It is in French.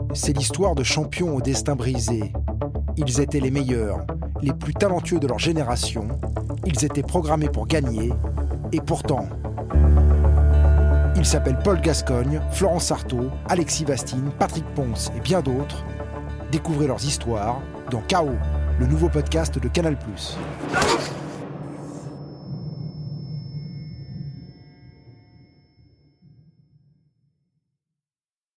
c'est l'histoire de champions au destin brisé. Ils étaient les meilleurs, les plus talentueux de leur génération. Ils étaient programmés pour gagner. Et pourtant... Ils s'appellent Paul Gascoigne, Florence Artaud, Alexis Vastine, Patrick Ponce et bien d'autres. Découvrez leurs histoires dans KO, le nouveau podcast de Canal+.